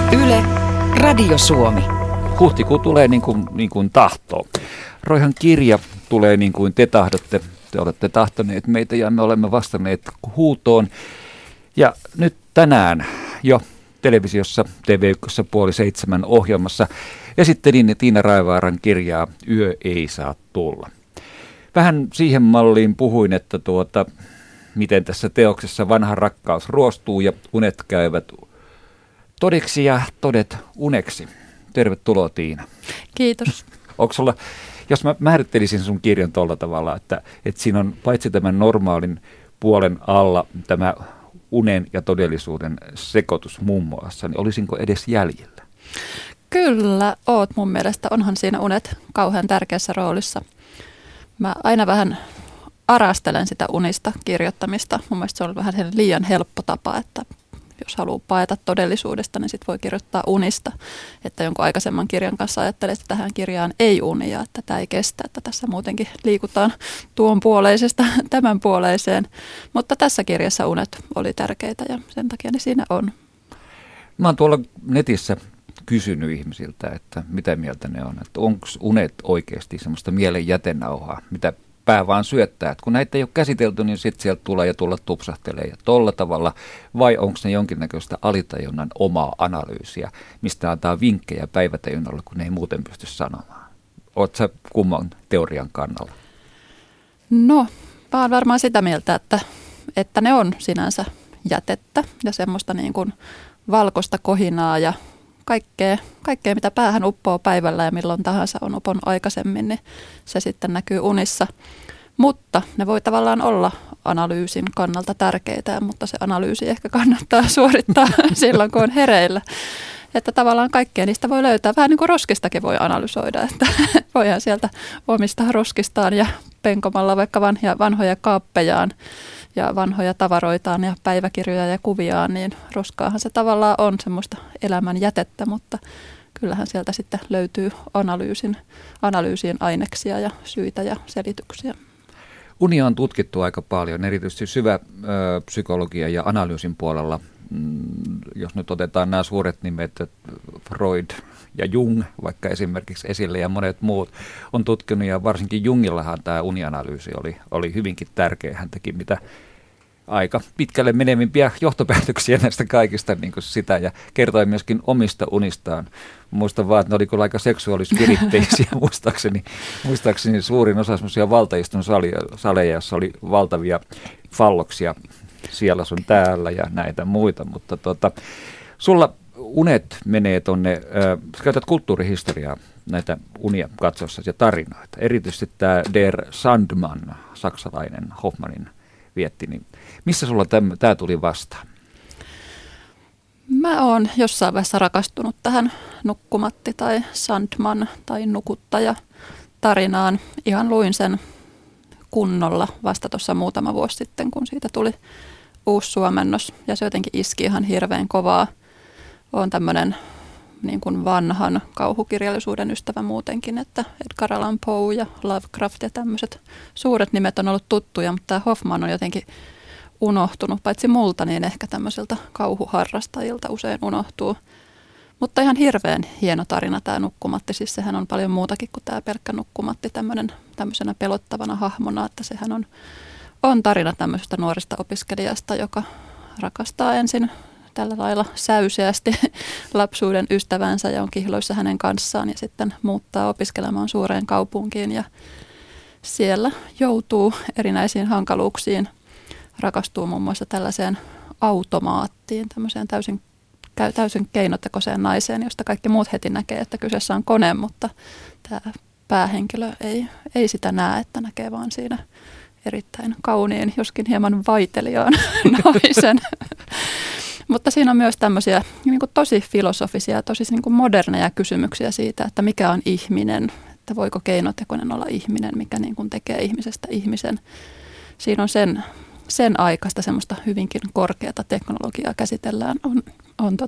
Yle, Radio Suomi. Huhtikuu tulee niin kuin tahtoo. Roihan kirja tulee niin kuin te tahdotte. Te olette tahtoneet meitä ja me olemme vastanneet huutoon. Ja nyt tänään jo televisiossa TV1 6:30 ohjelmassa esittelin Tiina Raevaaran kirjaa Yö ei saa tulla. Vähän siihen malliin puhuin, että miten tässä teoksessa vanha rakkaus ruostuu ja unet käyvät todeksi ja todet uneksi. Tervetuloa, Tiina. Kiitos. Onko sulla, jos mä määrittelisin sun kirjan tuolla tavalla, että siinä on paitsi tämän normaalin puolen alla tämä unen ja todellisuuden sekoitus muun muassa, niin olisinko edes jäljellä? Kyllä, oot mun mielestä. Onhan siinä unet kauhean tärkeässä roolissa. Mä aina vähän arastelen sitä unista kirjoittamista. Mun mielestä se on vähän liian helppo tapa, että jos haluaa paeta todellisuudesta, niin sit voi kirjoittaa unista. Että jonkun aikaisemman kirjan kanssa ajattelin, että tähän kirjaan ei unia, että tämä ei kestä, että tässä muutenkin liikutaan tuon puoleisesta tämän puoleiseen. Mutta tässä kirjassa unet oli tärkeitä ja sen takia ne siinä on. Mä oon tuolla netissä kysynyt ihmisiltä, että mitä mieltä ne on, että onko unet oikeasti semmoista mielen jätenauhaa, mitä pää vaan syöttää. Että kun näitä ei ole käsitelty, niin sitten sieltä tulee ja tulla tupsahtelee ja tolla tavalla. Vai onko ne jonkinnäköistä alitajunnan omaa analyysiä, mistä antaa vinkkejä päivätajunnalle, kun ne ei muuten pysty sanomaan? Oletko sä kumman teorian kannalla? No, mä oon varmaan sitä mieltä, että ne on sinänsä jätettä ja semmoista niin kuin valkoista kohinaa ja kaikkea, mitä päähän uppoo päivällä ja milloin tahansa on upon aikaisemmin, niin se sitten näkyy unissa. Mutta ne voi tavallaan olla analyysin kannalta tärkeitä, mutta se analyysi ehkä kannattaa suorittaa silloin, kun on hereillä. Että tavallaan kaikkea niistä voi löytää. Vähän niin kuin roskistakin voi analysoida, että voidaan sieltä omista roskistaan ja penkomalla vaikka vanhoja kaappejaan ja vanhoja tavaroitaan ja päiväkirjoja ja kuviaan, niin roskaahan se tavallaan on semmoista elämän jätettä, mutta kyllähän sieltä sitten löytyy analyysin aineksia ja syitä ja selityksiä. Unia on tutkittu aika paljon, erityisesti syvä psykologia ja analyysin puolella. Jos nyt otetaan nämä suuret nimet, Freud ja Jung vaikka esimerkiksi esille ja monet muut on tutkinut, ja varsinkin Jungillahan tämä unianalyysi oli hyvinkin tärkeä. Hän teki mitä aika pitkälle menevimpiä johtopäätöksiä näistä kaikista niin kuin sitä, ja kertoi myöskin omista unistaan. Muistan vaan, että ne oli kyllä aika seksuaalisviritteisiä muistaakseni suurin osa semmoisia valtaistun saleja, jossa oli valtavia falloksia siellä sun täällä ja näitä muita, mutta sulla unet menee tonne, sä käytät kulttuurihistoriaa näitä unia katsossa ja tarinoita. Erityisesti tämä Der Sandman, saksalainen Hoffmannin vietti, niin missä sulla tämä tuli vastaan? Mä oon jossain vaiheessa rakastunut tähän nukkumatti tai Sandman tai nukuttaja tarinaan. Ihan luin sen kunnolla vasta tuossa muutama vuosi sitten, kun siitä tuli uusi suomennos, ja se jotenkin iski ihan hirveän kovaa. Olen tämmöinen niin kuin vanhan kauhukirjallisuuden ystävä muutenkin, että Edgar Allan Poe ja Lovecraft ja tämmöiset suuret nimet on ollut tuttuja, mutta tämä Hoffman on jotenkin unohtunut, paitsi multa, niin ehkä tämmöisiltä kauhuharrastajilta usein unohtuu. Mutta ihan hirveän hieno tarina tämä nukkumatti, siis sehän on paljon muutakin kuin tämä pelkkä nukkumatti tämmöisenä pelottavana hahmona, että sehän on tarina tämmöisestä nuoresta opiskelijasta, joka rakastaa ensin tällä lailla säyseästi lapsuuden ystävänsä ja on kihloissa hänen kanssaan ja sitten muuttaa opiskelemaan suureen kaupunkiin ja siellä joutuu erinäisiin hankaluuksiin, rakastuu muun muassa tällaiseen automaattiin, tämmöiseen täysin keinotekoiseen naiseen, josta kaikki muut heti näkee, että kyseessä on kone, mutta tämä päähenkilö ei sitä näe, että näkee vaan siinä erittäin kauniin, joskin hieman vaiteliaan naisen. Mutta siinä on myös tämmöisiä niin kuin tosi filosofisia, tosi niin kuin moderneja kysymyksiä siitä, että mikä on ihminen, että voiko keinotekoinen olla ihminen, mikä niin kuin tekee ihmisestä ihmisen. Siinä on sen aikaista semmoista hyvinkin korkeata teknologiaa käsitellään. On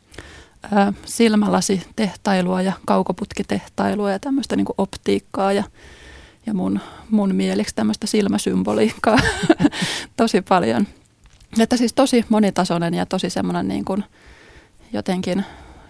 silmälasitehtailua ja kaukoputkitehtailua ja tämmöistä niin kuin optiikkaa ja mun mieliksi tämmöistä silmäsymboliikkaa tosi paljon. Että siis tosi monitasoinen ja tosi semmoinen niin kuin jotenkin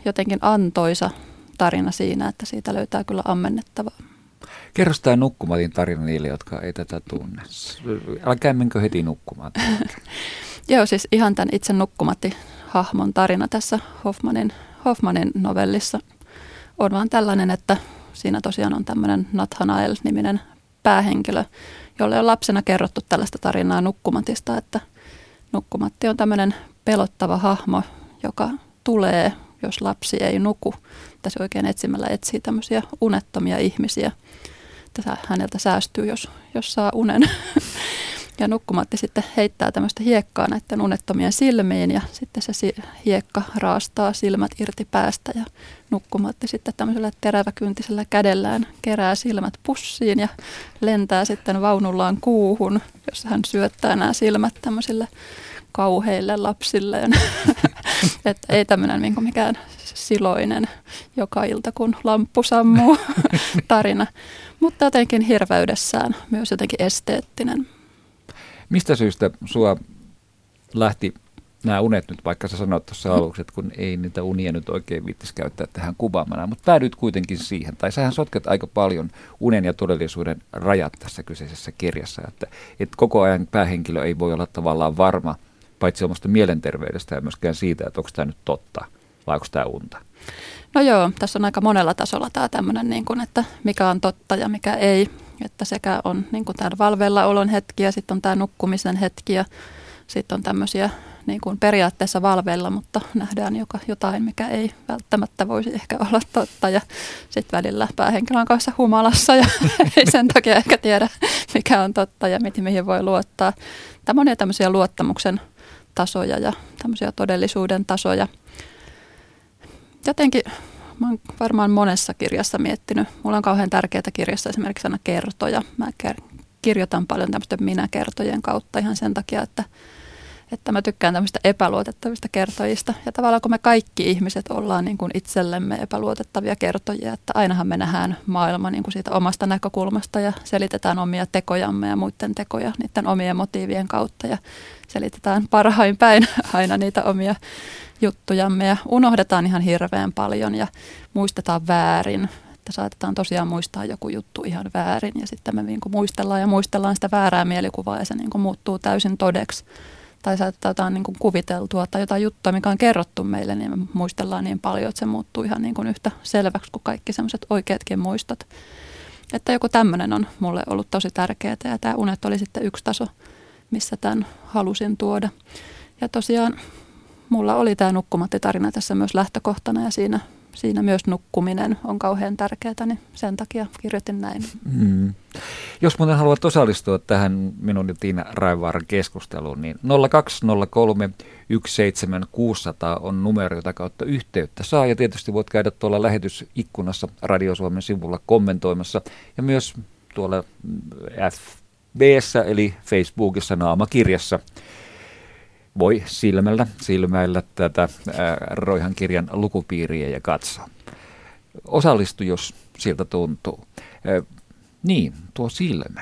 jotenkin antoisa tarina siinä, että siitä löytää kyllä ammennettavaa. Kerro tämä Nukkumatin tarina niille, jotka ei tätä tunne. Älkää menkö heti nukkumaan. Joo, siis ihan tämän itse Nukkumatti-hahmon tarina tässä Hoffmanin novellissa on vaan tällainen, että siinä tosiaan on tämmöinen Nathanael-niminen päähenkilö, jolle on lapsena kerrottu tällaista tarinaa Nukkumatista, että Nukkumatti on tämmöinen pelottava hahmo, joka tulee, jos lapsi ei nuku. Tässä oikein etsimällä etsii tämmöisiä unettomia ihmisiä. Tässä häneltä säästyy, jos saa unen. Ja Nukkumatti sitten heittää tämmöistä hiekkaa näiden unettomien silmiin ja sitten se hiekka raastaa silmät irti päästä ja Nukkumatti sitten tämmöisellä teräväkyntisellä kädellään kerää silmät pussiin ja lentää sitten vaunullaan kuuhun, jossa hän syöttää nämä silmät tämmöisille kauheille lapsille. Että ei tämmöinen mikään siloinen joka ilta kun lamppu sammuu tarina, mutta jotenkin hirveydessään myös jotenkin esteettinen. Mistä syystä sua lähti nämä unet nyt, vaikka sä sanoit tuossa aluksi, että kun ei niitä unia nyt oikein viittisi käyttää tähän kuvaamana, mutta päädyit kuitenkin siihen, tai sähän sotket aika paljon unen ja todellisuuden rajat tässä kyseisessä kirjassa, että koko ajan päähenkilö ei voi olla tavallaan varma, paitsi omasta mielenterveydestä ja myöskään siitä, että onko tämä nyt totta vai onko tämä unta. No joo, tässä on aika monella tasolla tämä tämmöinen, niin kuin, että mikä on totta ja mikä ei. Että sekä on niin kuin täällä valveillaolon hetkiä, sitten on tämä nukkumisen hetki ja sitten on tämmöisiä niin kuin periaatteessa valveilla, mutta nähdään jotain, mikä ei välttämättä voisi ehkä olla totta. Ja sitten välillä päähenkilö on kanssa humalassa ja ei sen takia ehkä tiedä, mikä on totta ja mihin voi luottaa. Tämä on monia tämmöisiä luottamuksen tasoja ja tämmöisiä todellisuuden tasoja. Jotenkin mä oon varmaan monessa kirjassa miettinyt. Mulla on kauhean tärkeää kirjassa esimerkiksi aina kertoja. Mä kirjoitan paljon tämmöisten minäkertojen kautta ihan sen takia, että mä tykkään tämmöistä epäluotettavista kertojista. Ja tavallaan kun me kaikki ihmiset ollaan niin kuin itsellemme epäluotettavia kertojia, että ainahan me nähdään maailma niin kuin siitä omasta näkökulmasta ja selitetään omia tekojamme ja muiden tekoja niiden omien motiivien kautta ja selitetään parhain päin aina niitä omia juttujamme ja unohdetaan ihan hirveän paljon ja muistetaan väärin. Että saatetaan tosiaan muistaa joku juttu ihan väärin ja sitten me niin kuin muistellaan sitä väärää mielikuvaa ja se niin kuin muuttuu täysin todeksi. Tai saatetaan jotain niin kuin kuviteltua tai jotain juttua, mikä on kerrottu meille, niin me muistellaan niin paljon, että se muuttuu ihan niin kuin yhtä selväksi kuin kaikki sellaiset oikeatkin muistot. Että joku tämmöinen on mulle ollut tosi tärkeää ja tämä unet oli sitten yksi taso, missä tämän halusin tuoda. Ja tosiaan mulla oli tämä Nukkumatti-tarina tässä myös lähtökohtana ja siinä myös nukkuminen on kauhean tärkeää, niin sen takia kirjoitin näin. Jos muuten haluat osallistua tähän minun ja Tiina Raivaaran keskusteluun, niin 0203 17600 on numero, jota kautta yhteyttä saa. Ja tietysti voit käydä tuolla lähetysikkunassa Radio Suomen sivulla kommentoimassa ja myös tuolla FB:ssä eli Facebookissa naamakirjassa. Voi silmäillä tätä Roihan kirjan lukupiiriä ja katsoa. Osallistu, jos siltä tuntuu. Niin, tuo silmä.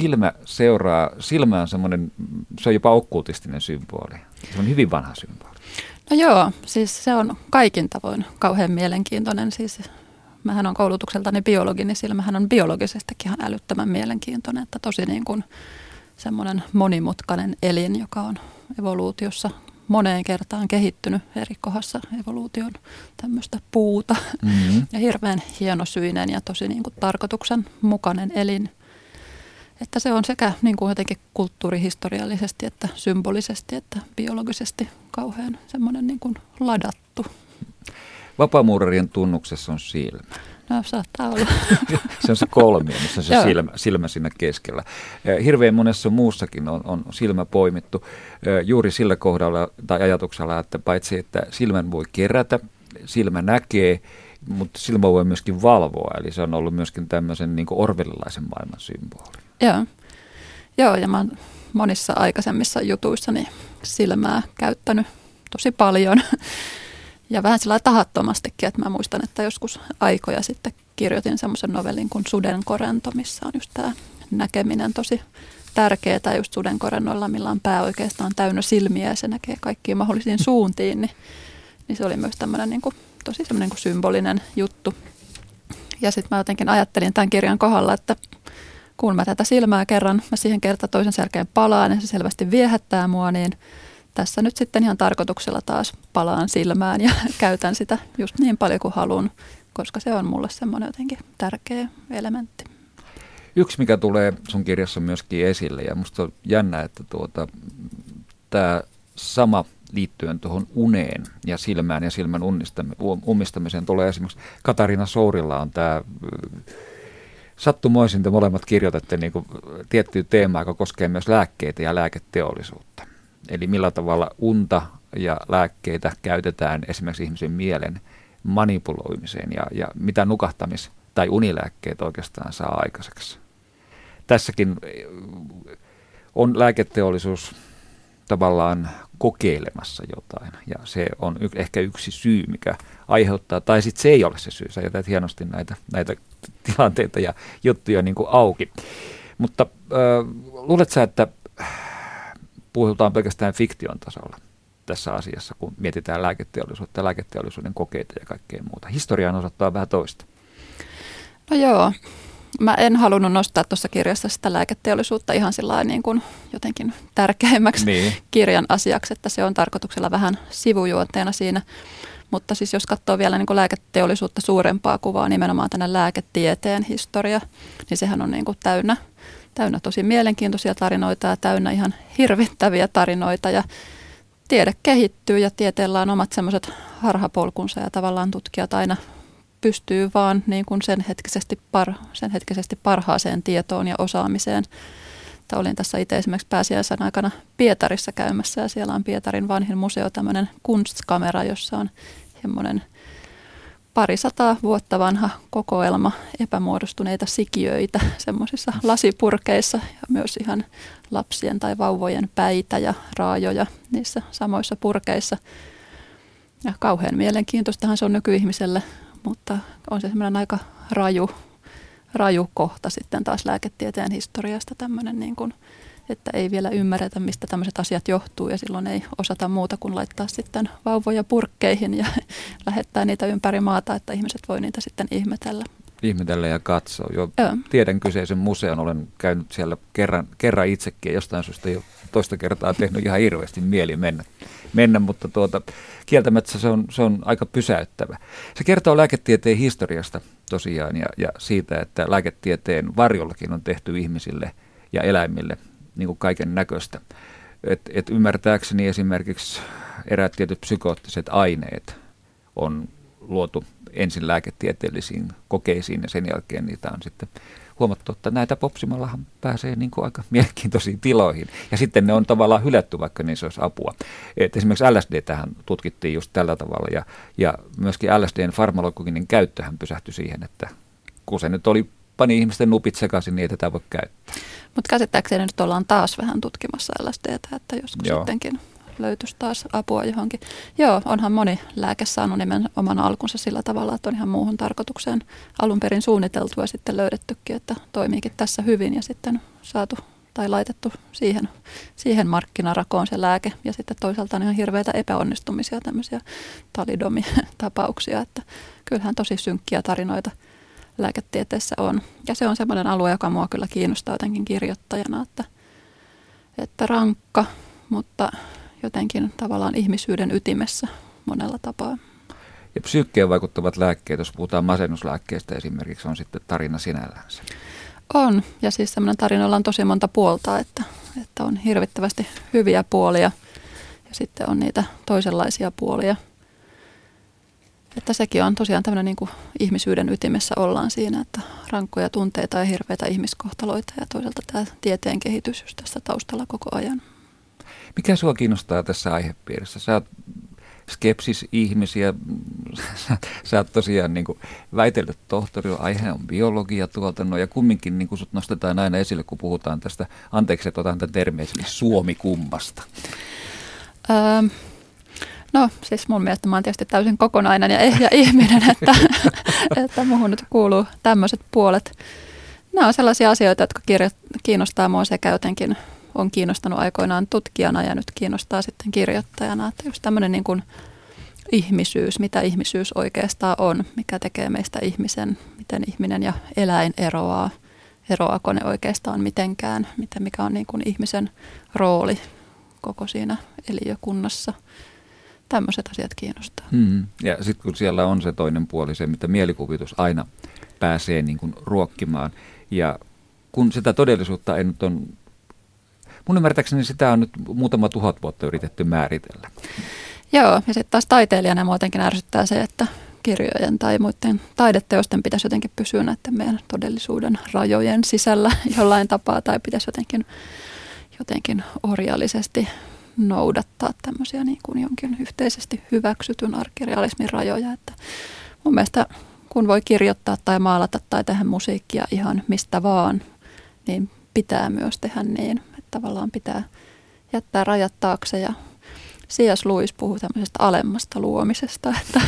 Silmä on semmoinen, se on jopa okkultistinen symboli. Se on hyvin vanha symboli. No joo, siis se on kaikin tavoin kauhean mielenkiintoinen. Siis mähän on koulutukseltani biologi, niin silmähän on biologisestikin ihan älyttömän mielenkiintoinen. Että tosi niin kuin semmoinen monimutkainen elin, joka on evoluutiossa moneen kertaan kehittynyt eri kohdassa evoluution tämmöistä puuta. Ja hirveän hienosyinen ja tosi niin kuin tarkoituksenmukainen elin. Että se on sekä niin kuin jotenkin kulttuurihistoriallisesti että symbolisesti että biologisesti kauhean semmoinen niin kuin ladattu. Vapaamuurarien tunnuksessa on silmä. No saattaa olla. Se on se kolmio, missä on se silmä siinä keskellä. Hirveän monessa muussakin on silmä poimittu juuri sillä kohdalla tai ajatuksella, että paitsi että silmän voi kerätä, silmä näkee, mutta silmä voi myöskin valvoa. Eli se on ollut myöskin tämmöisen niin kuin orwellilaisen maailman symboli. Joo, ja mä oon monissa aikaisemmissa jutuissani silmää käyttänyt tosi paljon. Ja vähän sillä tahattomastikin, että mä muistan, että joskus aikoja sitten kirjoitin semmoisen novellin kuin Sudenkorento, missä on just tämä näkeminen tosi tärkeää just sudenkorennoilla, millä on pää oikeastaan täynnä silmiä ja se näkee kaikkiin mahdollisiin suuntiin. Niin se oli myös tämmöinen niin kuin tosi semmoinen niin kuin symbolinen juttu. Ja sitten mä jotenkin ajattelin tämän kirjan kohdalla, että kun mä tätä silmää kerran, mä siihen kerta toisen jälkeen palaan ja se selvästi viehättää mua, niin tässä nyt sitten ihan tarkoituksella taas palaan silmään ja käytän sitä just niin paljon kuin haluan, koska se on mulle semmoinen jotenkin tärkeä elementti. Yksi, mikä tulee sun kirjassa myöskin esille, ja musta on jännä, että tämä sama liittyen tuohon uneen ja silmään ja silmän ummistamiseen tulee esimerkiksi Katariina Sourilla on tämä sattumoisin te molemmat kirjoitatte niin kuin tiettyä teemaa, joka koskee myös lääkkeitä ja lääketeollisuutta. Eli millä tavalla unta ja lääkkeitä käytetään esimerkiksi ihmisen mielen manipuloimiseen ja mitä nukahtamis- tai unilääkkeet oikeastaan saa aikaiseksi. Tässäkin on lääketeollisuus tavallaan kokeilemassa jotain ja se on ehkä yksi syy, mikä aiheuttaa, tai sitten se ei ole se syy. Sä jätät hienosti näitä tilanteita ja juttuja niin kuin auki. Mutta luuletko sä, että puhutaan pelkästään fiktion tasolla tässä asiassa, kun mietitään lääketeollisuutta, lääketeollisuuden kokeita ja kaikkea muuta? Historiaan osoittaa vähän toista. No joo. Mä en halunnut nostaa tuossa kirjassa sitä lääketeollisuutta ihan sillä niin kuin jotenkin tärkeimmäksi kirjan asiaksi, että se on tarkoituksella vähän sivujuonteena siinä. Mutta siis jos katsoo vielä niin kuin lääketeollisuutta suurempaa kuvaa, nimenomaan tänne lääketieteen historia, niin sehän on niin kuin täynnä tosi mielenkiintoisia tarinoita ja täynnä ihan hirvittäviä tarinoita. Ja tiede kehittyy ja tieteellä on omat semmoiset harhapolkunsa ja tavallaan tutkijat aina pystyy vaan niin kuin sen hetkisesti parhaaseen tietoon ja osaamiseen. Olin tässä itse esimerkiksi pääsiäisen aikana Pietarissa käymässä ja siellä on Pietarin vanhin museo, tämmöinen Kunstkamera, jossa on semmoinen 200 vuotta vanha kokoelma epämuodostuneita sikiöitä semmoisissa lasipurkeissa ja myös ihan lapsien tai vauvojen päitä ja raajoja niissä samoissa purkeissa. Ja kauhean mielenkiintoistahan se on nykyihmiselle, mutta on se semmoinen aika raju kohta sitten taas lääketieteen historiasta tämmöinen, niin kuin, että ei vielä ymmärretä, mistä tämmöiset asiat johtuu ja silloin ei osata muuta kuin laittaa sitten vauvoja purkkeihin ja lähettää niitä ympäri maata, että ihmiset voi niitä sitten ihmetellä. Ihmetellä ja katsoa. Tiedän kyseisen museon, olen käynyt siellä kerran itsekin ja jostain syystä jo toista kertaa tehnyt ihan hirveästi mieli mennä, mutta kieltämättä se on aika pysäyttävä. Se kertoo lääketieteen historiasta tosiaan ja siitä, että lääketieteen varjollakin on tehty ihmisille ja eläimille niin kuin kaiken näköistä. Et ymmärtääkseni esimerkiksi eräät tietyt psykoottiset aineet on luotu ensin lääketieteellisiin kokeisiin ja sen jälkeen niitä on sitten huomattu, että näitä popsimallahan pääsee niin kuin aika mielenkiintoisiin tiloihin. Ja sitten ne on tavallaan hylätty, vaikka niissä olisi apua. Et esimerkiksi LSD-tähän tutkittiin just tällä tavalla ja myöskin LSDn farmakologinen käyttöhän pysähtyi siihen, että kun se nyt pani ihmisten nupit sekaisin, niin ei tätä voi käyttää. Mutta käsittääkseni nyt ollaan taas vähän tutkimassa LSDtä, että joskus sittenkin löytyisi taas apua johonkin. Joo, onhan moni lääke saanut nimen oman alkunsa sillä tavalla, että on ihan muuhun tarkoitukseen alun perin suunniteltu ja sitten löydettykin, että toimiikin tässä hyvin ja sitten saatu tai laitettu siihen markkinarakoon se lääke. Ja sitten toisaalta on ihan hirveitä epäonnistumisia, tämmöisiä talidomitapauksia, että kyllähän tosi synkkiä tarinoita lääketieteessä on. Ja se on semmoinen alue, joka mua kyllä kiinnostaa jotenkin kirjoittajana, että rankka, mutta jotenkin tavallaan ihmisyyden ytimessä monella tapaa. Ja psyykkeen vaikuttavat lääkkeet, jos puhutaan masennuslääkkeistä esimerkiksi, on sitten tarina sinällänsä. On, ja siis semmoinen tarinoilla on tosi monta puolta, että on hirvittävästi hyviä puolia ja sitten on niitä toisenlaisia puolia. Että sekin on tosiaan tämmöinen niin kuin ihmisyyden ytimessä ollaan siinä, että rankkoja tunteita ja hirveitä ihmiskohtaloita ja toisaalta tämä tieteen kehitys just tässä taustalla koko ajan. Mikä sua kiinnostaa tässä aihepiirissä? Sä oot skepsis-ihmisiä, sä oot tosiaan niin kuin väitellyt tohtori, aihe on biologia tuotannon ja kumminkin niin kuin sut nostetaan aina esille, kun puhutaan tästä, anteeksi, että otan tämän termiä esille, Suomi-kummasta. No siis mun mielestä mä oon tietysti täysin kokonainen ja ehjä ihminen, että muhun nyt kuuluu tämmöiset puolet. Nämä on sellaisia asioita, jotka kiinnostaa mua sekä jotenkin on kiinnostanut aikoinaan tutkijana ja nyt kiinnostaa sitten kirjoittajana. Että just tämmöinen niin kuin ihmisyys, mitä ihmisyys oikeastaan on, mikä tekee meistä ihmisen, miten ihminen ja eläin eroaako ne oikeastaan mitenkään, mikä on niin kuin ihmisen rooli koko siinä eliökunnassa. Tämmöiset asiat kiinnostaa. Ja sitten kun siellä on se toinen puoli, se mitä mielikuvitus aina pääsee niin kuin ruokkimaan. Ja kun sitä todellisuutta ei nyt on, mun ymmärtääkseni sitä on nyt muutama 1000 vuotta yritetty määritellä. Joo, ja sitten taas taiteilijana mua jotenkin ärsyttää se, että kirjojen tai muiden taideteosten pitäisi jotenkin pysyä näiden meidän todellisuuden rajojen sisällä jollain tapaa, tai pitäisi jotenkin orjallisesti noudattaa tämmöisiä niin kuin jonkin yhteisesti hyväksytyn arkirealismin rajoja. Että mun mielestä kun voi kirjoittaa tai maalata tai tehdä musiikkia ihan mistä vaan, niin pitää myös tehdä niin, että tavallaan pitää jättää rajat taakse. Ja C.S. Lewis puhuu tämmöisestä alemmasta luomisesta, että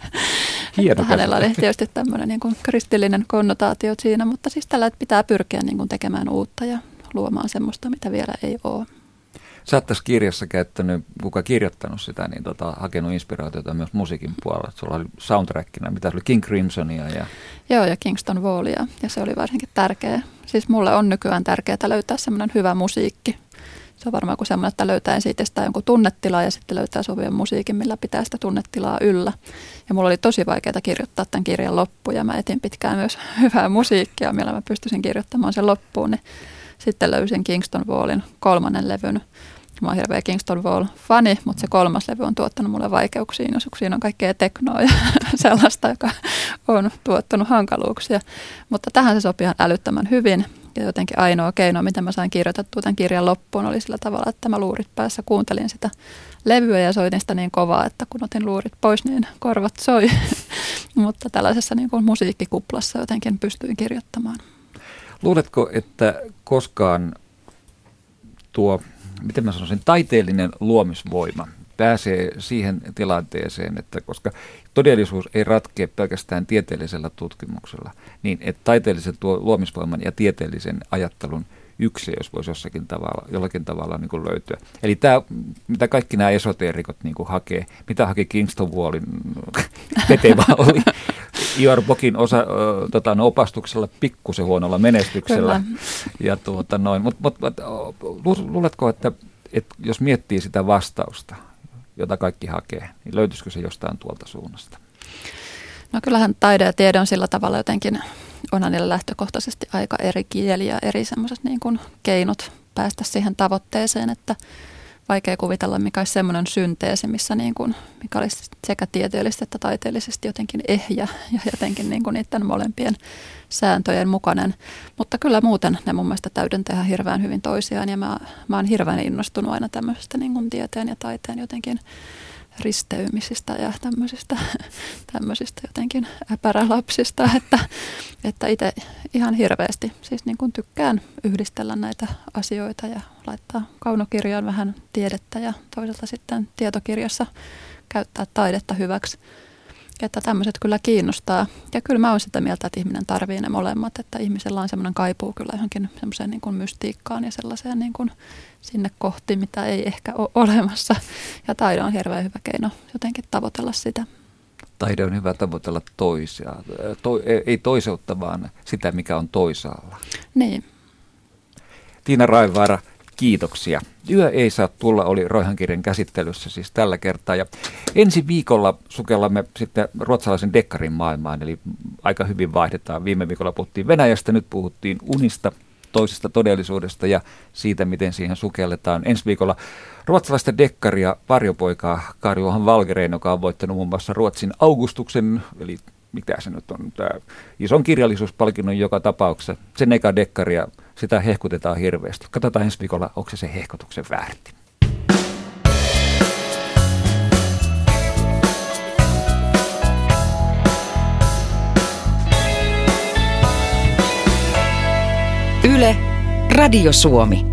hänellä oli tietysti tämmöinen niin kuin kristillinen konnotaatio siinä, mutta siis tällä pitää pyrkiä niin kuin tekemään uutta ja luomaan semmoista, mitä vielä ei ole. Sä oot tässä kirjassa käyttänyt, kuka kirjoittanut sitä, niin hakenut inspiraatiota myös musiikin puolella. Sulla oli soundtrackina, mitä oli King Crimsonia. Joo, ja Kingston Wallia, ja se oli varsinkin tärkeä. Siis mulle on nykyään tärkeää löytää semmoinen hyvä musiikki. Se on varmaan kuin semmoinen, että löytää siitä jonkun tunnetilaa ja sitten löytää sopivan musiikin, millä pitää sitä tunnetilaa yllä. Ja mulla oli tosi vaikeaa kirjoittaa tämän kirjan loppuun, ja mä etin pitkään myös hyvää musiikkia, millä mä pystyisin kirjoittamaan sen loppuun. Niin sitten löysin Kingston Wallin 3. levyn. Mä oon hirveä Kingston Wall-fani, mutta se 3. levy on tuottanut mulle vaikeuksia, jos siinä on kaikkea teknoa ja sellaista, joka on tuottanut hankaluuksia. Mutta tähän se sopii ihan älyttömän hyvin. Ja jotenkin ainoa keino, miten mä sain kirjoitettua tämän kirjan loppuun, oli sillä tavalla, että mä luurit päässä kuuntelin sitä levyä ja soitin sitä niin kovaa, että kun otin luurit pois, niin korvat soi. Mutta tällaisessa niin kuin musiikkikuplassa jotenkin pystyin kirjoittamaan. Luuletko, että koskaan tuo, miten mä sanoisin, taiteellinen luomisvoima pääsee siihen tilanteeseen, että koska todellisuus ei ratkea pelkästään tieteellisellä tutkimuksella, niin että taiteellisen luomisvoiman ja tieteellisen ajattelun ykseys voisi jollakin tavalla niin kuin löytyä. Eli tämä, mitä kaikki nämä esoteerikot niin kuin hakee, mitä haki Kingston Wallin Peteva oli Ivar Bokin opastuksella pikkusen huonolla menestyksellä. Ja mutta luuletko, että jos miettii sitä vastausta, jota kaikki hakee, niin löytyisikö se jostain tuolta suunnasta? No kyllähän taide ja tiede on sillä tavalla jotenkin, onhan niillä lähtökohtaisesti aika eri kieliä, eri semmoiset niin kuin keinot päästä siihen tavoitteeseen, että vaikea kuvitella, mikä olisi semmoinen synteesi, mikä olisi sekä tieteellisesti että taiteellisesti jotenkin ehjä ja jotenkin niin kuin niiden molempien sääntöjen mukainen. Mutta kyllä muuten ne mun mielestä täydentää hirveän hyvin toisiaan ja mä oon hirveän innostunut aina tämmöisestä niin kuin tieteen ja taiteen jotenkin risteymisistä ja tämmöisistä jotenkin äpärälapsista, että itse ihan hirveästi siis niin kuin tykkään yhdistellä näitä asioita ja laittaa kaunokirjaan vähän tiedettä ja toisaalta sitten tietokirjassa käyttää taidetta hyväksi. Että tämmöiset kyllä kiinnostaa. Ja kyllä mä oon sitä mieltä, että ihminen tarvii ne molemmat, että ihmisellä on semmoinen kaipuu kyllä johonkin semmoiseen niin kuin mystiikkaan ja sellaiseen niin kuin sinne kohti, mitä ei ehkä ole olemassa. Ja taide on hirveän hyvä keino jotenkin tavoitella sitä. Taide on hyvä tavoitella toisia. Ei toiseutta, vaan sitä, mikä on toisaalla. Niin. Tiina Raevaara, kiitoksia. Yö ei saa tulla oli Roihan kirjan käsittelyssä siis tällä kertaa. Ja ensi viikolla sukellamme sitten ruotsalaisen dekkarin maailmaan, eli aika hyvin vaihdetaan. Viime viikolla puhuttiin Venäjästä, nyt puhuttiin unista, toisesta todellisuudesta ja siitä, miten siihen sukelletaan. Ensi viikolla ruotsalaista dekkaria varjopoikaa Karl-Johan Valgren, joka on voittanut muun muassa Ruotsin Augustuksen, eli mitä se nyt on, tämä ison kirjallisuuspalkinnon joka tapauksessa. Sen eka dekkaria, sitä hehkutetaan hirveästi. Katsotaan ensi viikolla, onko se hehkutuksen väärti. Yle, Radio Suomi.